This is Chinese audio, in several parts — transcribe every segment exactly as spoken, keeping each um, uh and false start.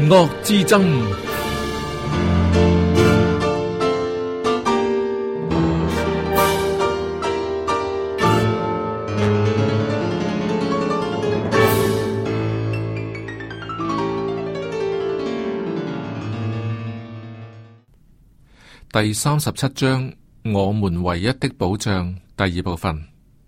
惡之爭。第三十七章，我們唯一的保障，第二部分。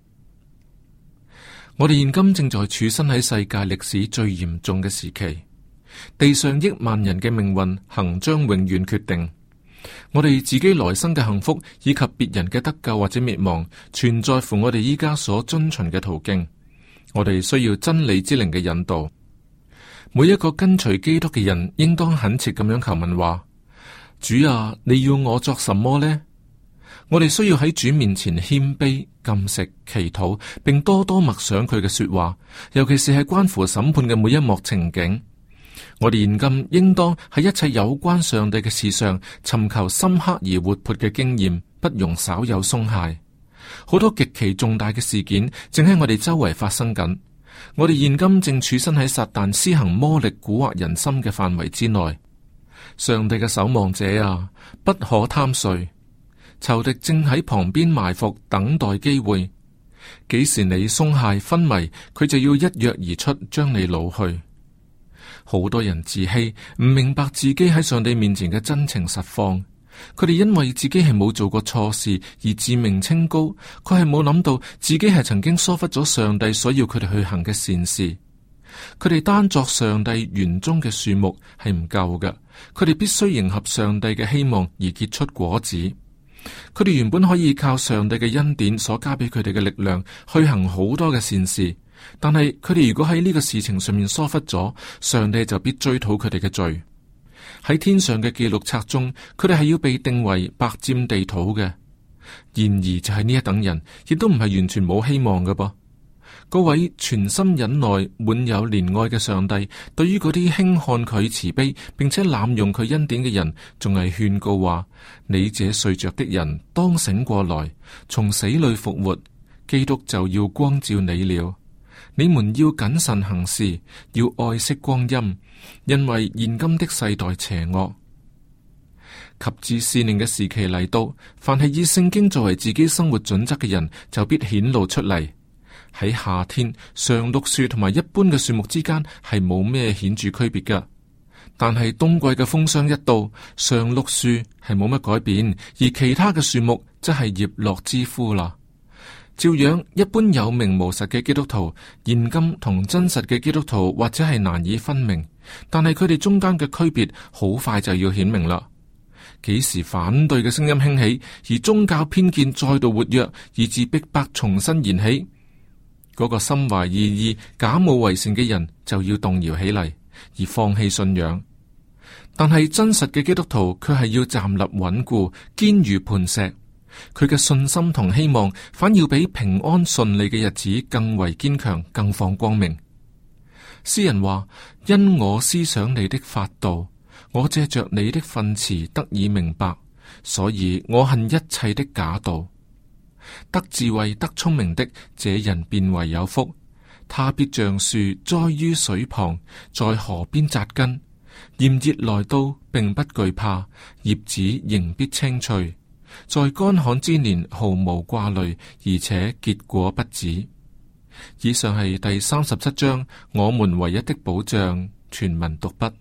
我哋現今正在處身喺世界歷史最嚴重嘅時期，地上億萬人嘅命運行將永遠決定。我哋自己來生嘅幸福以及別人嘅得救或者滅亡，全在乎我哋依家所遵循嘅途徑。我哋需要真理之靈嘅引導。每一個跟隨基督嘅人，應當懇切咁樣求問話：主啊，你要我作什麼呢？我哋需要喺主面前謙卑、禁食、祈禱，並多多默想佢嘅說話，尤其是係關乎審判嘅每一幕情景。我哋現今應當喺一切有關上帝嘅事上，尋求深刻而活潑嘅經驗，不容稍有鬆懈。好多極其重大嘅事件正喺我哋周圍發生緊。我哋現今正處身喺撒旦施行魔力蠱惑人心嘅範圍之內。上帝嘅守望者啊，不可貪睡。仇敵正喺旁邊埋伏，等待機會。幾時你鬆懈昏迷，佢就要一躍而出，將你擄去。好多人自欺，唔明白自己喺上帝面前嘅真情實況。佢哋因為自己係冇做過錯事而自命清高，佢係冇諗到自己係曾經疏忽咗上帝所要佢哋去行嘅善事。佢哋單作上帝園中嘅樹木係唔夠嘅，佢哋必須迎合上帝嘅希望而結出果子。佢哋原本可以靠上帝嘅恩典所加俾佢哋嘅力量去行好多嘅善事，但係佢哋如果喺呢個事情上面疏忽咗，上帝就必追討佢哋嘅罪。喺天上嘅記錄冊中，佢哋係要被定為白佔地土嘅。然而就係呢一等人，亦都唔係完全冇希望嘅噃。嗰位全心忍耐、滿有憐愛嘅上帝，對於嗰啲輕看佢慈悲並且濫用佢恩典嘅人，仲係勸告話：你這睡着的人，當醒過來，從死裏復活，基督就要光照你了。你們要謹慎行事，要愛惜光陰，因為現今的世代邪惡。及至試煉嘅時期嚟到，凡係以聖經作為自己生活準則嘅人，就必顯露出嚟。喺夏天，常綠樹同埋一般嘅樹木之間係冇咩顯著區別㗎，但係冬季嘅風霜一到，常綠樹係冇乜改變，而其他嘅樹木則係葉落之枯啦。照樣，一般有名無實嘅基督徒，現今同真實嘅基督徒或者係難以分明，但係佢哋中間嘅區別好快就要顯明啦。幾時反對嘅聲音興起，而宗教偏見再度活躍，以致逼迫重新燃起，嗰個心懷二意、假冒為善嘅人就要動搖起嚟，而放棄信仰。但係真實嘅基督徒卻係要站立穩固，堅如磐石。佢嘅信心同希望，反要比平安順利嘅日子更為堅強，更放光明。詩人話：因我思想你的法度，我借着你的訓詞得以明白，所以我恨一切的假道。得智慧得聰明的，這人便為有福。他必像樹栽於水旁，在河邊扎根，炎熱來到並不懼怕，葉子仍必青翠。在乾旱之年毫無掛慮，而且結果不止。以上係第三十七章，我們唯一的保障，全文讀畢。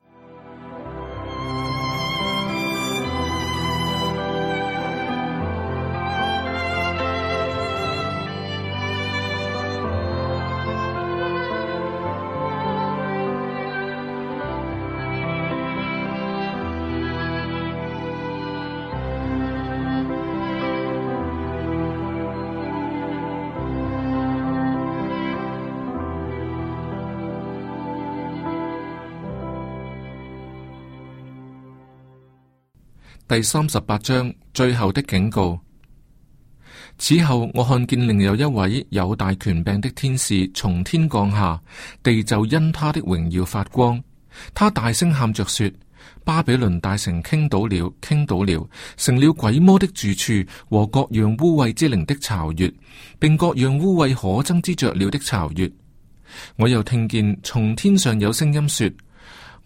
第三十八章，最後的警告。此後我看見另有一位有大權柄的天使從天降下，地就因他的榮耀發光。他大聲喊着說：巴比倫大城傾倒了，傾倒了，成了鬼魔的住處和各樣污穢之靈的巢穴，並各樣污穢可憎之雀鳥的巢穴。我又聽見從天上有聲音說：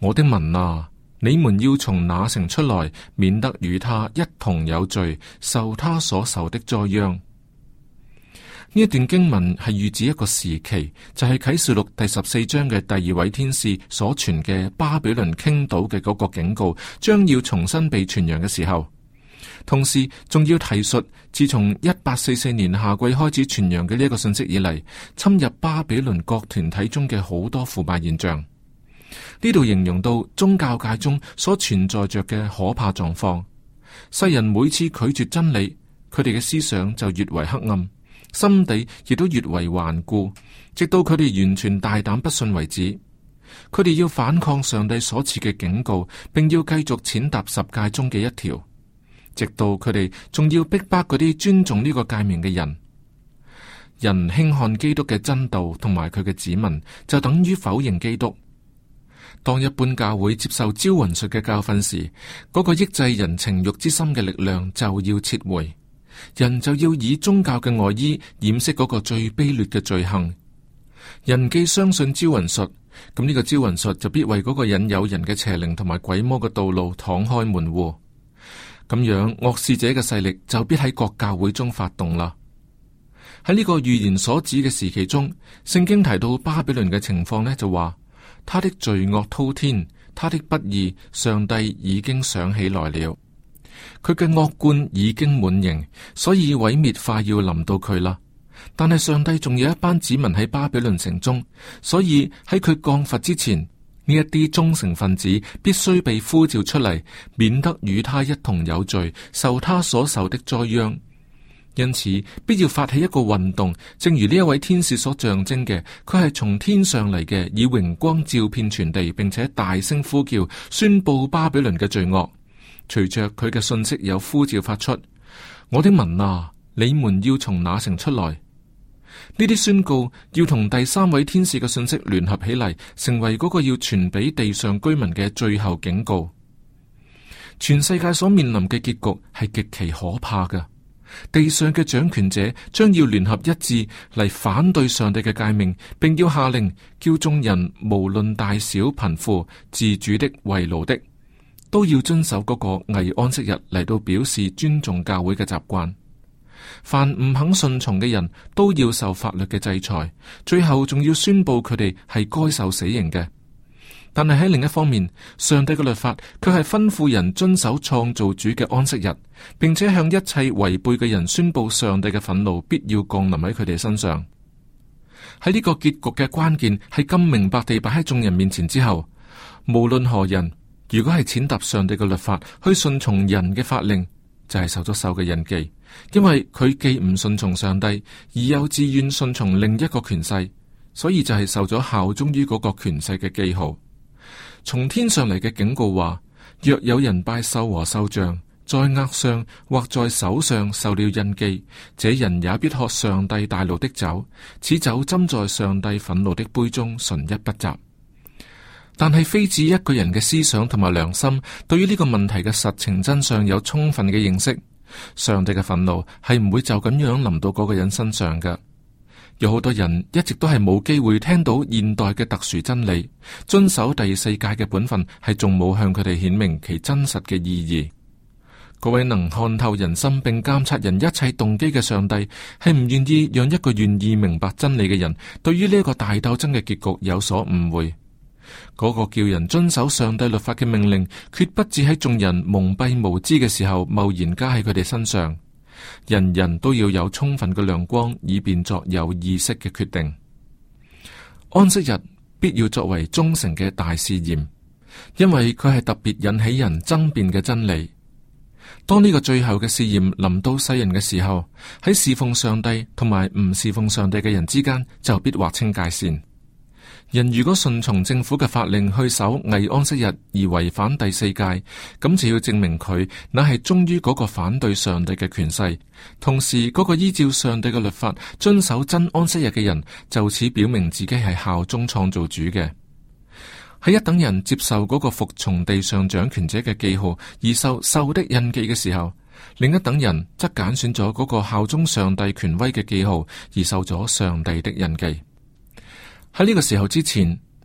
我的民啊，你們要從那城出來，免得與他一同有罪，受他所受的災殃。呢一段經文係預指一個時期，就係啟示錄第十四章嘅第二位天使所傳嘅巴比倫傾倒嘅嗰個警告，將要重新被傳揚嘅時候。同時仲要提述，自從一八四四年夏季開始傳揚嘅呢一個信息以嚟，侵入巴比倫各團體中嘅好多腐敗現象。呢度形容到宗教界中所存在着嘅可怕狀況。世人每次拒絕真理，佢哋嘅思想就越為黑暗，心地亦都越為頑固，直到佢哋完全大膽不信為止。佢哋要反抗上帝所賜嘅警告，並要繼續踐踏十誡中嘅一條，直到佢哋仲要逼迫嗰啲尊重呢個誡命嘅人。人輕看基督嘅真道同埋佢嘅子民，就等於否認基督。當一般教會接受招魂術嘅教訓時，嗰個抑制人情欲之心嘅力量就要撤回，人就要以宗教嘅外衣掩飾嗰個最卑劣嘅罪行。人既相信招魂術，咁呢個招魂術就必為嗰個引誘人嘅邪靈同埋鬼魔嘅道路敞開門戶。咁樣惡使者嘅勢力就必喺各教會中發動啦。喺呢個預言所指嘅時期中，聖經提到巴比倫嘅情況呢，就話他的罪惡滔天，他的不義，上帝已經想起來了。佢嘅惡貫已經滿盈，所以毀滅快要臨到佢啦。但係上帝仲有一班子民喺巴比倫城中，所以喺佢降罰之前，呢一啲忠誠分子必須被呼召出嚟，免得與他一同有罪，受他所受的災殃。因此，必要發起一個運動，正如呢一位天使所象徵嘅，佢係從天上嚟嘅，以榮光照遍全地，並且大聲呼叫，宣布巴比倫嘅罪惡。隨着佢嘅信息有呼召發出，我的民啊，你們要從那城出來。呢啲宣告要同第三位天使嘅信息聯合起嚟，成為嗰個要傳俾地上居民嘅最後警告。全世界所面臨嘅結局係極其可怕嘅。地上嘅掌權者將要聯合一致嚟反對上帝嘅誡命，並要下令叫眾人無論大小貧富、自主的、為奴的，都要遵守嗰個偽安息日嚟到表示尊重教會嘅習慣。凡唔肯順從嘅人都要受法律嘅制裁，最後仲要宣布佢哋係該受死刑嘅。但係喺另一方面，上帝嘅律法卻係吩咐人遵守創造主嘅安息日，並且向一切違背嘅人宣布上帝嘅憤怒必要降臨喺佢哋身上。喺呢個結局嘅關鍵係咁明白地擺喺眾人面前之後，無論何人，如果係踐踏上帝嘅律法，去順從人嘅法令，就係、是、受咗獸嘅印記，因為佢既唔順從上帝，而又自願順從另一個權勢，所以就係受咗效忠於嗰個權勢嘅記號。從天上嚟嘅警告話，若有人拜獸和獸像，在額上或在手上受了印記，這人也必喝上帝大怒的酒，此酒斟在上帝憤怒的杯中，純一不雜。但係非指一個人嘅思想同埋良心對於呢個問題嘅實情真相有充分嘅認識，上帝嘅憤怒係唔會就咁樣臨到嗰個人身上嘅。有好多人一直都係冇機會聽到現代嘅特殊真理，遵守第四誡嘅本分係仲冇向佢哋顯明其真實嘅意義。嗰位能看透人心並監察人一切動機嘅上帝，係唔願意讓一個願意明白真理嘅人對於呢一個大鬥爭嘅結局有所誤會。嗰個叫人遵守上帝律法嘅命令，決不至喺眾人蒙蔽無知嘅時候貿然加喺佢哋身上。人人都要有充分嘅亮光，以便作有意識嘅決定。安息日必要作為忠誠嘅大試驗，因為佢係特別引起人爭辯嘅真理。當呢個最後嘅試驗臨到世人嘅時候，喺侍奉上帝同埋唔侍奉上帝嘅人之間就必劃清界線。人如果順從政府嘅法令去守偽安息日而違反第四誡，咁就要證明佢那係忠於嗰個反對上帝嘅權勢，同時嗰個依照上帝嘅律法遵守真安息日嘅人，就此表明自己係效忠創造主嘅。喺一等人接受嗰個服從地上掌權者嘅記號而受獸的印記嘅時候，另一等人則揀選咗嗰個效忠上帝權威嘅記號而受咗上帝的印記。喺呢個時候之前，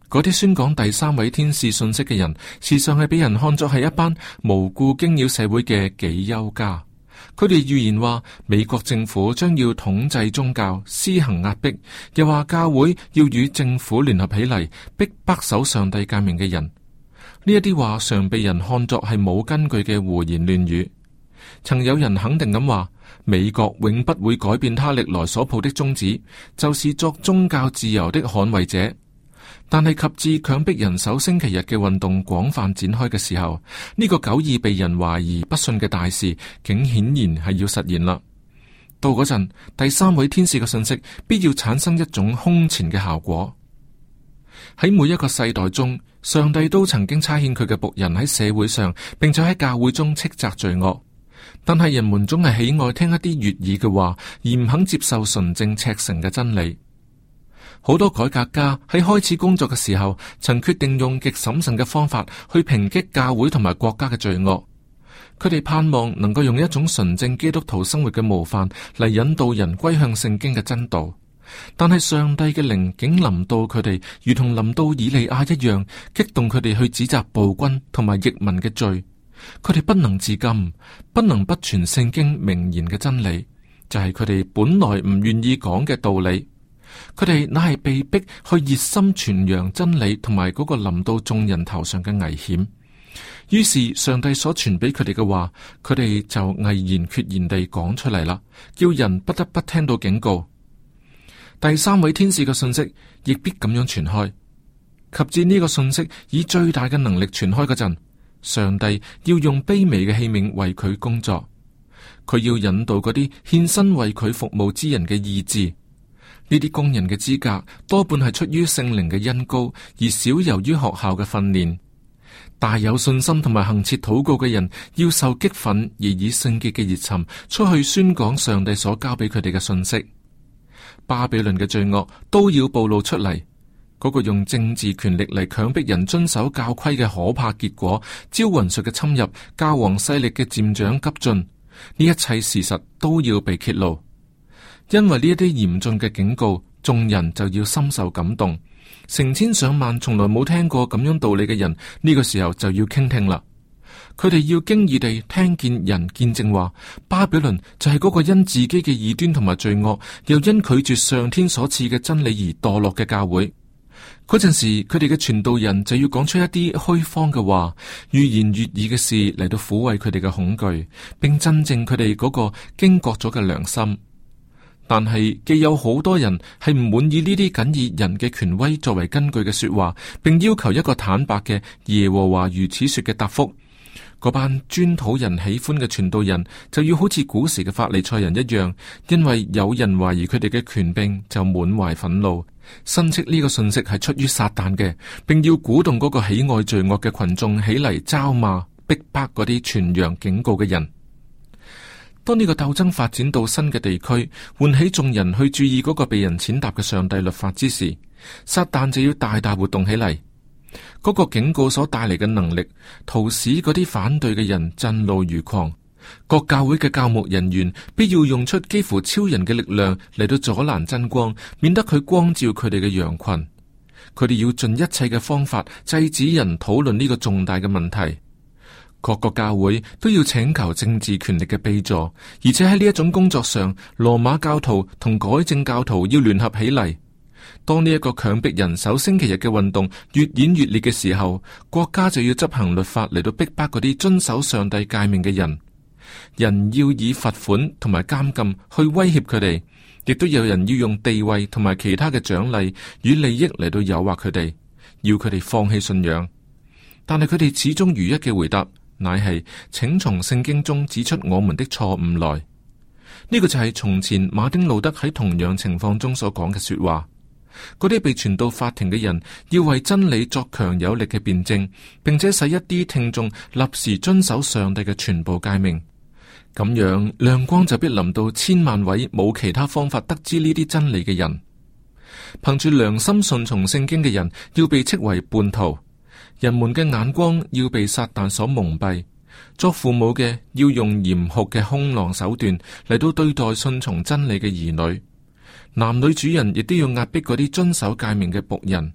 嗰啲宣講第三位天使信息嘅人，時常係俾人看作係一班無故驚擾社會嘅杞憂家。佢哋預言話美國政府將要統制宗教，施行壓迫，又話教會要與政府聯合起嚟，逼迫守上帝誡命嘅人。呢一啲話常被人看作係冇根據嘅胡言亂語。曾有人肯定咁話，美國永不會改變他歷來所抱的宗旨，就是作宗教自由的捍衛者。但係及至強迫人守星期日嘅運動廣泛展開嘅時候，呢、這個久已被人懷疑不信嘅大事，竟顯然係要實現啦。到嗰陣，第三位天使嘅信息必要產生一種空前嘅效果。喺每一個世代中，上帝都曾經差遣佢嘅僕人喺社會上，並且喺教會中斥責罪惡。但係人們總係喜愛聽一啲悅耳嘅話，而唔肯接受純正赤誠嘅真理。好多改革家喺開始工作嘅時候，曾決定用極審慎嘅方法去抨擊教會同埋國家嘅罪惡。佢哋盼望能夠用一種純正基督徒生活嘅模範嚟引導人歸向聖經嘅真道。但係上帝嘅靈竟臨到佢哋，如同臨到以利亞一樣，激動佢哋去指責暴君同埋逆民嘅罪。佢哋不能自禁，不能不傳聖經明言嘅真理，就係佢哋本來唔願意講嘅道理。佢哋乃係被逼去熱心傳揚真理，同埋嗰個臨到眾人頭上嘅危險。於是上帝所傳俾佢哋嘅話，佢哋就毅然決然地講出嚟啦，叫人不得不聽到警告。第三位天使嘅信息亦必咁樣傳開。及至呢個信息以最大嘅能力傳開嗰陣，上帝要用卑微嘅器皿為佢工作。佢要引導嗰啲獻身為佢服務之人嘅意志。呢啲工人嘅資格多半係出於聖靈嘅恩膏，而少由於學校嘅訓練。大有信心同埋恆切禱告嘅人，要受激憤而以聖潔嘅熱忱出去宣講上帝所交俾佢哋嘅信息。巴比倫嘅罪惡都要暴露出嚟，嗰、那個用政治權力嚟強迫人遵守教規嘅可怕結果，招魂術嘅侵入，教皇勢力嘅漸長急進，呢一切事實都要被揭露。因為呢一啲嚴峻嘅警告，眾人就要深受感動。成千上萬從來冇聽過咁樣道理嘅人，呢、這個時候就要傾聽啦。佢哋要驚異地聽見人見證話，巴比倫就係嗰個因自己嘅異端同埋罪惡，又因拒絕上天所賜嘅真理而墮落嘅教會。嗰陣時，佢哋嘅傳道人就要講出一啲虛謊嘅話，寓言悅耳嘅事嚟到撫慰佢哋嘅恐懼，並鎮靜佢哋嗰個驚覺咗嘅良心。但係既有好多人係唔滿意呢啲僅以人嘅權威作為根據嘅說話，並要求一個坦白嘅耶和華如此說嘅答覆。嗰班專討人喜歡嘅傳道人就要好似古時嘅法利賽人一樣，因為有人懷疑佢哋嘅權柄，就滿懷憤怒，申斥呢個信息係出於撒旦嘅，並要鼓動嗰個喜愛罪惡嘅群眾起嚟嘲罵逼迫嗰啲傳揚警告嘅人。當呢個鬥爭發展到新嘅地區，喚起眾人去注意嗰個被人踐踏嘅上帝律法之時，撒旦就要大大活動起嚟。嗰個警告所帶嚟嘅能力，徒使嗰啲反對嘅人震怒如狂。各教會嘅教牧人員必要用出幾乎超人嘅力量嚟到阻攔真光，免得佢光照佢哋嘅羊群。佢哋要盡一切嘅方法制止人討論呢個重大嘅問題。各個教會都要請求政治權力嘅庇助，而且喺呢一種工作上，羅馬教徒同改正教徒要聯合起嚟。當呢一個強迫人守星期日嘅運動越演越烈嘅時候，國家就要執行律法嚟到逼迫嗰啲遵守上帝誡命嘅人。人要以罰款同埋監禁去威脅佢哋，亦都有人要用地位同埋其他嘅獎勵與利益嚟到誘惑佢哋，要佢哋放棄信仰。但係佢哋始終如一嘅回答，乃係請從聖經中指出我們的錯誤來。呢、這個就係從前馬丁路德喺同樣情況中所講嘅說話。嗰啲被傳到法庭嘅人要為真理作強有力嘅辯證，並且使一啲聽眾立時遵守上帝嘅全部誡命。咁樣亮光就必臨到千萬位冇其他方法得知呢啲真理嘅人。憑住良心順從聖經嘅人要被斥為叛徒。人們嘅眼光要被撒旦所蒙蔽。作父母嘅要用嚴酷嘅兇狼手段嚟到對待順從真理嘅兒女。男女主人亦都要壓迫嗰啲遵守誡命嘅僕人。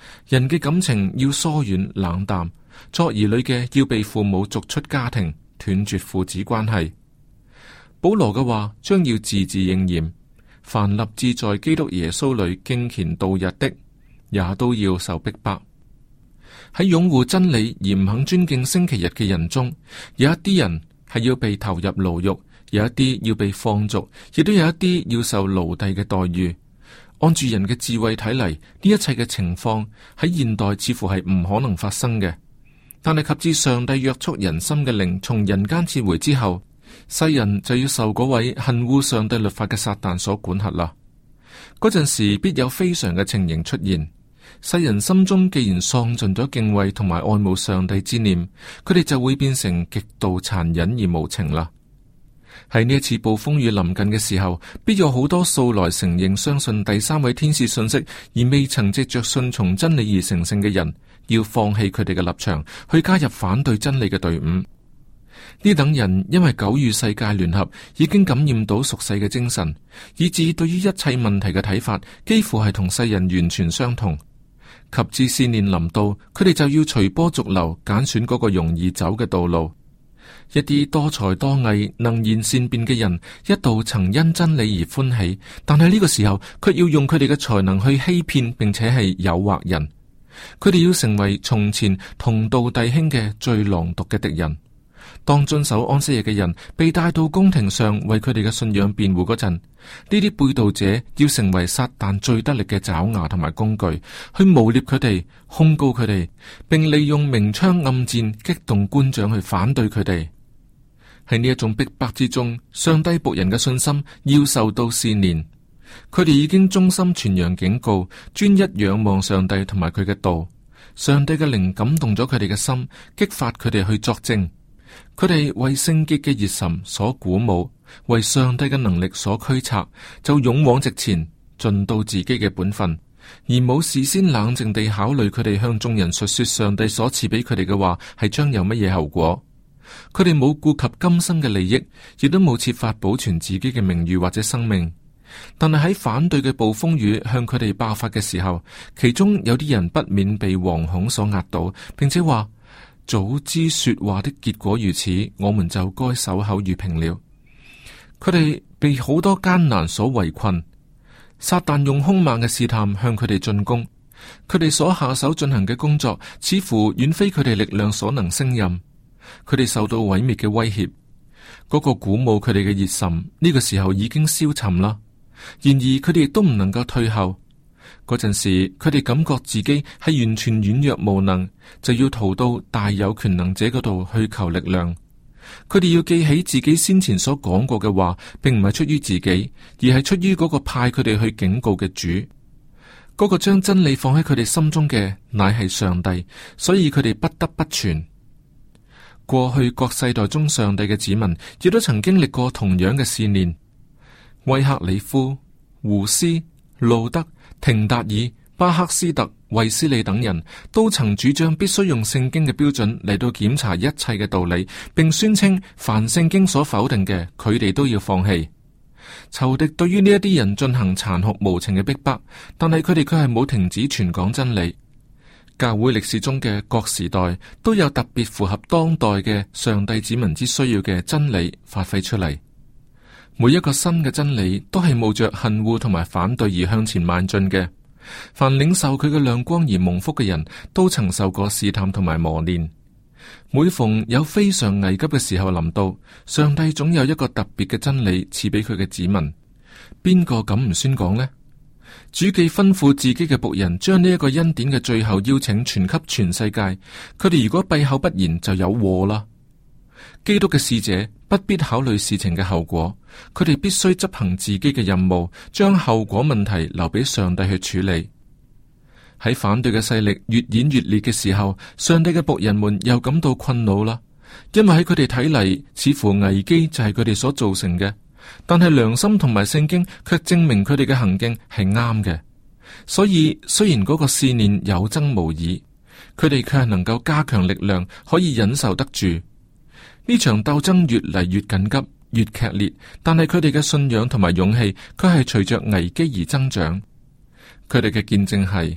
人嘅感情要疏遠冷淡，作兒女嘅要被父母逐出家庭，斷絕父子關係。保羅嘅話將要字字應驗，凡立志在基督耶穌裏敬虔度日的，也都要受逼迫。喺擁護真理而唔肯尊敬星期日嘅人中，有一啲人係要被投入牢獄，有一啲要被放逐，亦都有一啲要受奴隸嘅待遇。按住人嘅智慧睇嚟，呢一切嘅情況喺現代似乎係唔可能發生嘅。但係及至上帝約束人心嘅靈從人間撤回之後，世人就要受嗰位恨惡上帝律法嘅撒旦所管轄啦。嗰陣時必有非常嘅情形出現。世人心中既然喪盡咗敬畏同埋愛慕上帝之念，佢哋就會變成極度殘忍而無情啦。喺呢一次暴風雨臨近嘅時候，必有好多素來承認相信第三位天使信息而未曾藉着順從真理而成聖嘅人，要放棄佢哋嘅立場，去加入反對真理嘅隊伍。呢等人因為久與世界聯合，已經感染到俗世嘅精神，以致對於一切問題嘅睇法，幾乎係同世人完全相同。及至試煉臨到，佢哋就要隨波逐流，揀選嗰個容易走嘅道路。一啲多才多藝、能言善辯嘅人，一度曾因真理而歡喜，但係呢個時候，卻要用佢哋嘅才能去欺騙，並且係誘惑人。佢哋要成為從前同道弟兄嘅最狼毒嘅敵人。當遵守安息日嘅人被帶到宮廷上為佢哋嘅信仰辯護嗰陣，呢啲背道者要成為撒旦最得力嘅爪牙同埋工具，去誣衊佢哋、控告佢哋，並利用明槍暗箭激動官長去反對佢哋。喺呢一種逼迫之中，上帝僕人嘅信心要受到試煉。佢哋已經忠心傳揚警告，專一仰望上帝同埋佢嘅道。上帝嘅靈感動咗佢哋嘅心，激發佢哋去作證。佢哋為聖潔嘅熱忱所鼓舞，為上帝嘅能力所驅策，就勇往直前，盡到自己嘅本分，而冇事先冷靜地考慮佢哋向眾人述說上帝所賜俾佢哋嘅話係將有乜嘢後果。佢哋冇顧及今生嘅利益，亦都冇設法保存自己嘅名譽或者生命。但係喺反對嘅暴風雨向佢哋爆發嘅時候，其中有啲人不免被惶恐所壓倒，並且話：早知說話的結果如此，我們就該守口如瓶了。佢哋被好多艱難所圍困，撒旦用兇猛嘅試探向佢哋進攻，佢哋所下手進行嘅工作似乎遠非佢哋力量所能勝任。佢哋受到毀滅嘅威脅，嗰、那個鼓舞佢哋嘅熱忱呢、這個時候已經消沉啦。然而佢哋亦都唔能夠退後。嗰陣時，佢哋感覺自己係完全軟弱無能，就要逃到大有權能者嗰度去求力量。佢哋要記起自己先前所講過嘅話，並唔係出於自己，而係出於嗰個派佢哋去警告嘅主。嗰、那個將真理放喺佢哋心中嘅，乃係上帝，所以佢哋不得不傳。過去各世代中上帝嘅子民，亦都曾經歷過同樣嘅試煉。威克里夫、胡斯、路德、廷達爾、巴克斯特、衛斯理等人都曾主張必須用聖經嘅標準嚟到檢查一切嘅道理，並宣稱凡聖經所否定嘅，佢哋都要放棄。仇敵對於呢一啲人進行殘酷無情嘅逼迫，但係佢哋卻係冇停止傳講真理。教會歷史中嘅各時代都有特別符合當代嘅上帝子民之需要嘅真理發揮出嚟。每一個新嘅真理都係冒着恨惡同埋反對而向前邁進嘅。凡領受佢嘅亮光而蒙福嘅人都曾受過試探同埋磨練。每逢有非常危急嘅時候臨到，上帝總有一個特別嘅真理賜俾佢嘅子民。邊個敢唔宣講呢？主既吩咐自己嘅僕人將呢一個恩典嘅最後邀請傳給全世界，佢哋如果閉口不言就有禍啦。基督嘅使者不必考慮事情嘅後果，佢哋必須執行自己嘅任務，將後果問題留俾上帝去處理。喺反對嘅勢力越演越烈嘅時候，上帝嘅僕人們又感到困惱啦，因為喺佢哋睇嚟，似乎危機就係佢哋所造成嘅。但係良心同埋聖經卻證明佢哋嘅行徑係啱嘅，所以雖然嗰個試煉有增無已，佢哋卻係能夠加強力量，可以忍受得住。呢場鬥爭越嚟越緊急，越劇烈，但係佢哋嘅信仰同埋勇氣卻係隨着危機而增長。佢哋嘅見證係：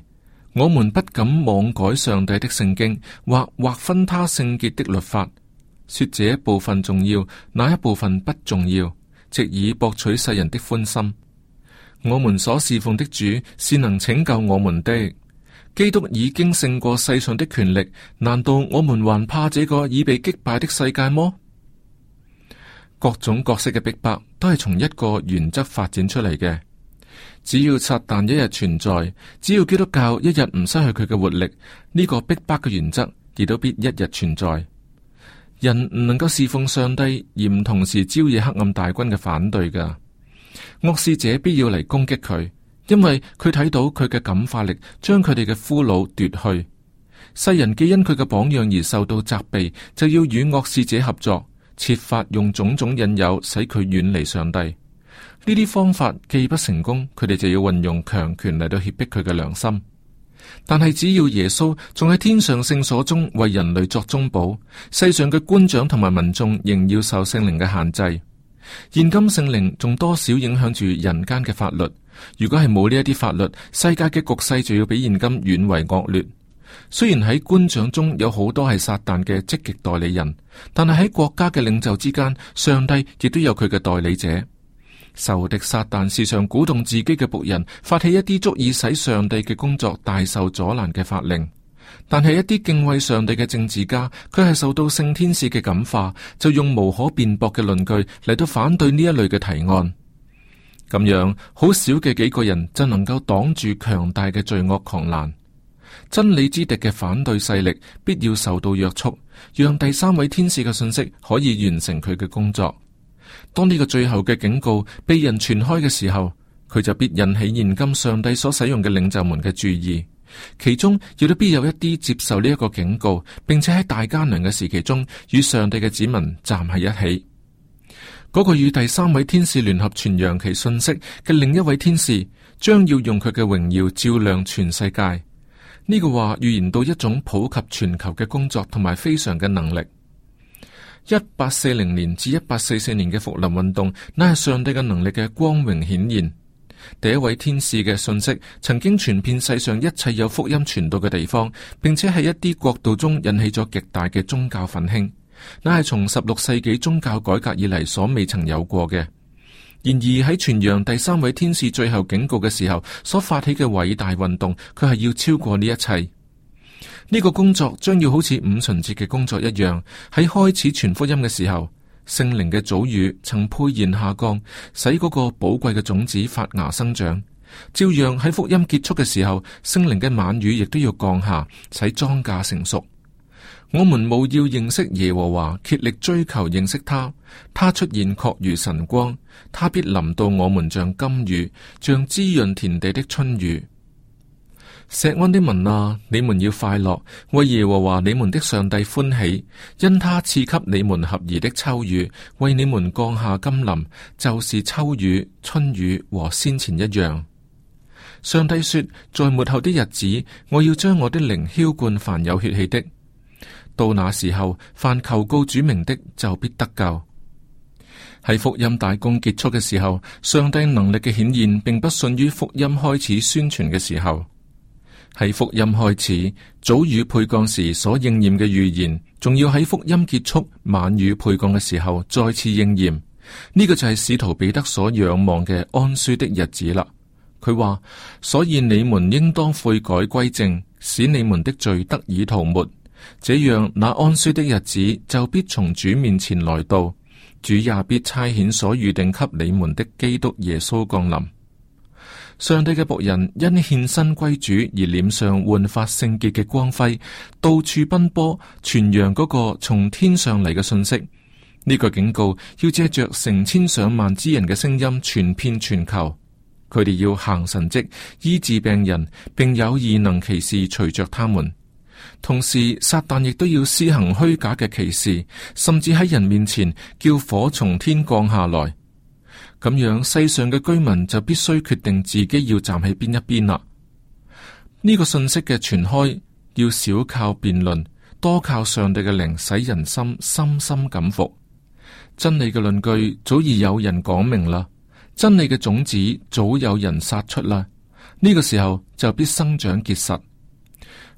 我們不敢妄改上帝的聖經，或劃分他聖潔的律法，說這一部分重要，那一部分不重要，藉以博取世人的歡心。我們所侍奉的主是能拯救我們的。基督已經勝過世上的權力，難道我們還怕這個已被擊敗的世界麼？各種各式嘅逼迫都係從一個原則發展出嚟嘅。只要撒旦一日存在，只要基督教一日唔失去佢嘅活力，呢個逼迫嘅原則亦都必一日存在。人唔能夠侍奉上帝而唔同時招惹黑暗大軍嘅反對噶。惡使者必要嚟攻擊佢，因為佢睇到佢嘅感化力將佢哋嘅俘虜奪去。世人既因佢嘅榜樣而受到責備，就要與惡使者合作，設法用種種引誘使佢遠離上帝。呢啲方法既不成功，佢哋就要運用強權嚟到脅迫佢嘅良心。但係只要耶穌仲喺天上聖所中為人類作中保，世上嘅官長同埋民眾仍要受聖靈嘅限制。現今聖靈仲多少影響住人間嘅法律。如果係冇呢一啲法律，世界嘅局勢就要比現今遠為惡劣。雖然喺官長中有好多係撒旦嘅積極代理人，但係喺國家嘅領袖之間，上帝亦都有佢嘅代理者。仇敵撒旦時常鼓動自己嘅僕人發起一啲足以使上帝嘅工作大受阻攔嘅法令，但係一啲敬畏上帝嘅政治家，佢係受到聖天使嘅感化，就用無可辯駁嘅論據嚟到反對呢一類嘅提案。咁樣好少嘅幾個人就能夠擋住強大嘅罪惡狂瀾。真理之敵嘅反對勢力必要受到約束，讓第三位天使嘅信息可以完成佢嘅工作。當呢個最後嘅警告被人傳開嘅時候，佢就必引起現今上帝所使用嘅領袖們嘅注意，其中亦都必有一啲接受呢一個警告，並且喺大艱難嘅時期中與上帝嘅子民站喺一起。嗰個與第三位天使聯合傳揚其信息嘅另一位天使，將要用佢嘅榮耀照亮全世界。呢個話預言到一種普及全球嘅工作同埋非常嘅能力。一八四零年至一八四四年嘅復臨運動，乃係上帝嘅能力嘅光榮顯現。第一位天使嘅信息曾經傳遍世上一切有福音傳到嘅地方，並且喺一啲國度中引起咗極大嘅宗教奮興，乃係從十六世紀宗教改革以嚟所未曾有過嘅。然而喺傳揚第三位天使最後警告嘅時候，所發起嘅偉大運動，佢係要超過呢一切。呢個工作將要好似五旬節嘅工作一樣，喺開始傳福音嘅時候，聖靈嘅早雨曾沛然下降，使嗰個寶貴嘅種子發芽生長。照樣喺福音結束嘅時候，聖靈嘅晚雨亦都要降下，使莊稼成熟。我們務要認識耶和華，竭力追求認識他。他出現確如晨光，他必臨到我們像甘雨，像滋潤田地的春雨。錫安的民啊，你們要快樂，為耶和華你們的上帝歡喜，因他賜給你們合宜的秋雨，為你們降下甘霖，就是秋雨、春雨和先前一樣。上帝說，在末後的日子，我要將我的靈澆灌凡有血氣的。到那時候，凡求告主名的就必得救。喺福音大功結束嘅時候，上帝能力嘅顯現並不遜於福音開始宣傳嘅時候。喺福音開始，早雨沛降時所應驗嘅預言，仲要喺福音結束晚雨沛降嘅時候再次應驗。呢、這個就係使徒彼得所仰望嘅安舒的日子啦。佢話：所以你們應當悔改歸正，使你們的罪得以塗抹，這樣那安舒的日子就必從主面前來到，主也必差遣所預定給你們的基督耶穌降臨。上帝嘅僕人因獻身歸主而臉上煥發聖潔嘅光輝，到處奔波傳揚嗰個從天上嚟嘅信息。呢、這個警告要借着成千上萬之人嘅聲音傳遍全球。佢哋要行神蹟，醫治病人，並有異能奇事隨着他們。同時，撒旦亦都要施行虛假嘅奇事，甚至喺人面前叫火從天降下來。咁樣，世上嘅居民就必須決定自己要站喺邊一邊啦。呢、這個信息嘅傳開，要少靠辯論，多靠上帝嘅靈，使人心深深感服。真理嘅論據早已有人講明啦，真理嘅種子早有人撒出啦。呢、這個時候就必生長結實，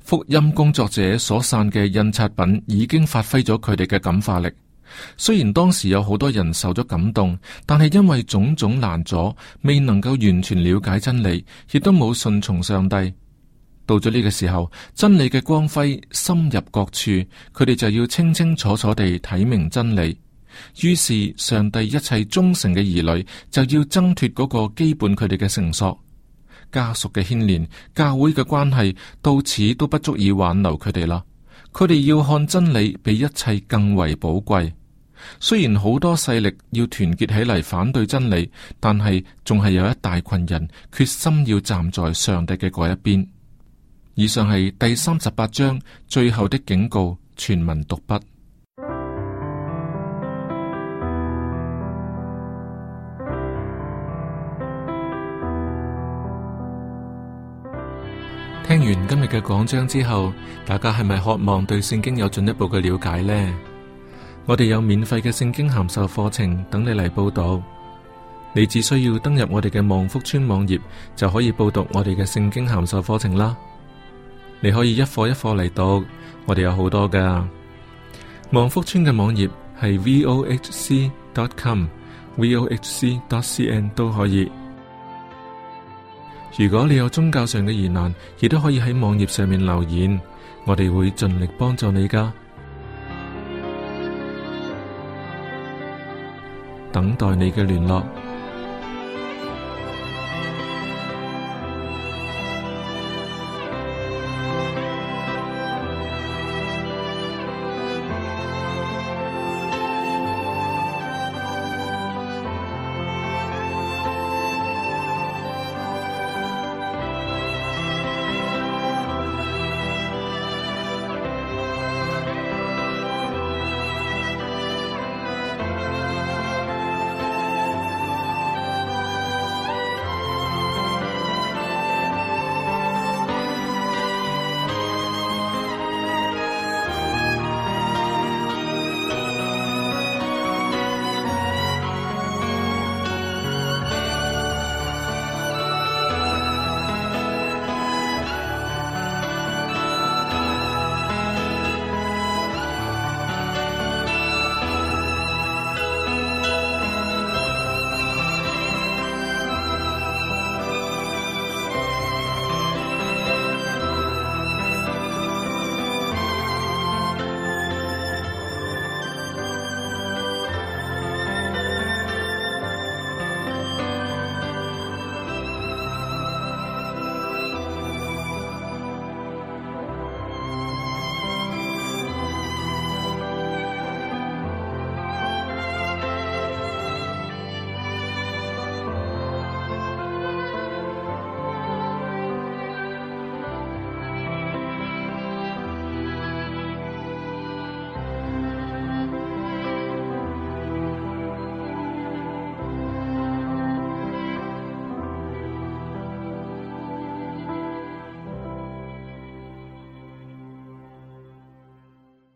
福音工作者所散嘅印刷品已經發揮咗佢哋嘅感化力。雖然當時有好多人受咗感動，但係因為種種難阻，未能夠完全了解真理，亦都冇順從上帝。到咗呢個時候，真理嘅光輝深入各處，佢哋就要清清楚楚地睇明真理。於是上帝一切忠誠嘅兒女就要掙脫嗰個羈絆佢哋嘅繩索。家屬嘅牽連、教會嘅關係，到此都不足以挽留佢哋啦。佢哋要看真理比一切更為寶貴。雖然好多勢力要團結起嚟反對真理，但係仲係有一大群人決心要站在上帝嘅嗰一邊。以上係第三十八章最後的警告，全文讀畢。聽完今日嘅講章之後，大家係咪渴望對聖經有進一步嘅了解呢？我哋有免費嘅聖經函授課程等你嚟報讀，你只需要登入我哋嘅望福村網頁，就可以報讀我哋嘅聖經函授課程啦。你可以一課一課嚟讀，我哋有好多噶。望福村嘅網頁係 v o h c dot com，v o h c dot c n 都可以。如果你有宗教上嘅疑難，亦都可以喺網頁上面留言，我哋會盡力幫助你噶。等待你嘅聯絡。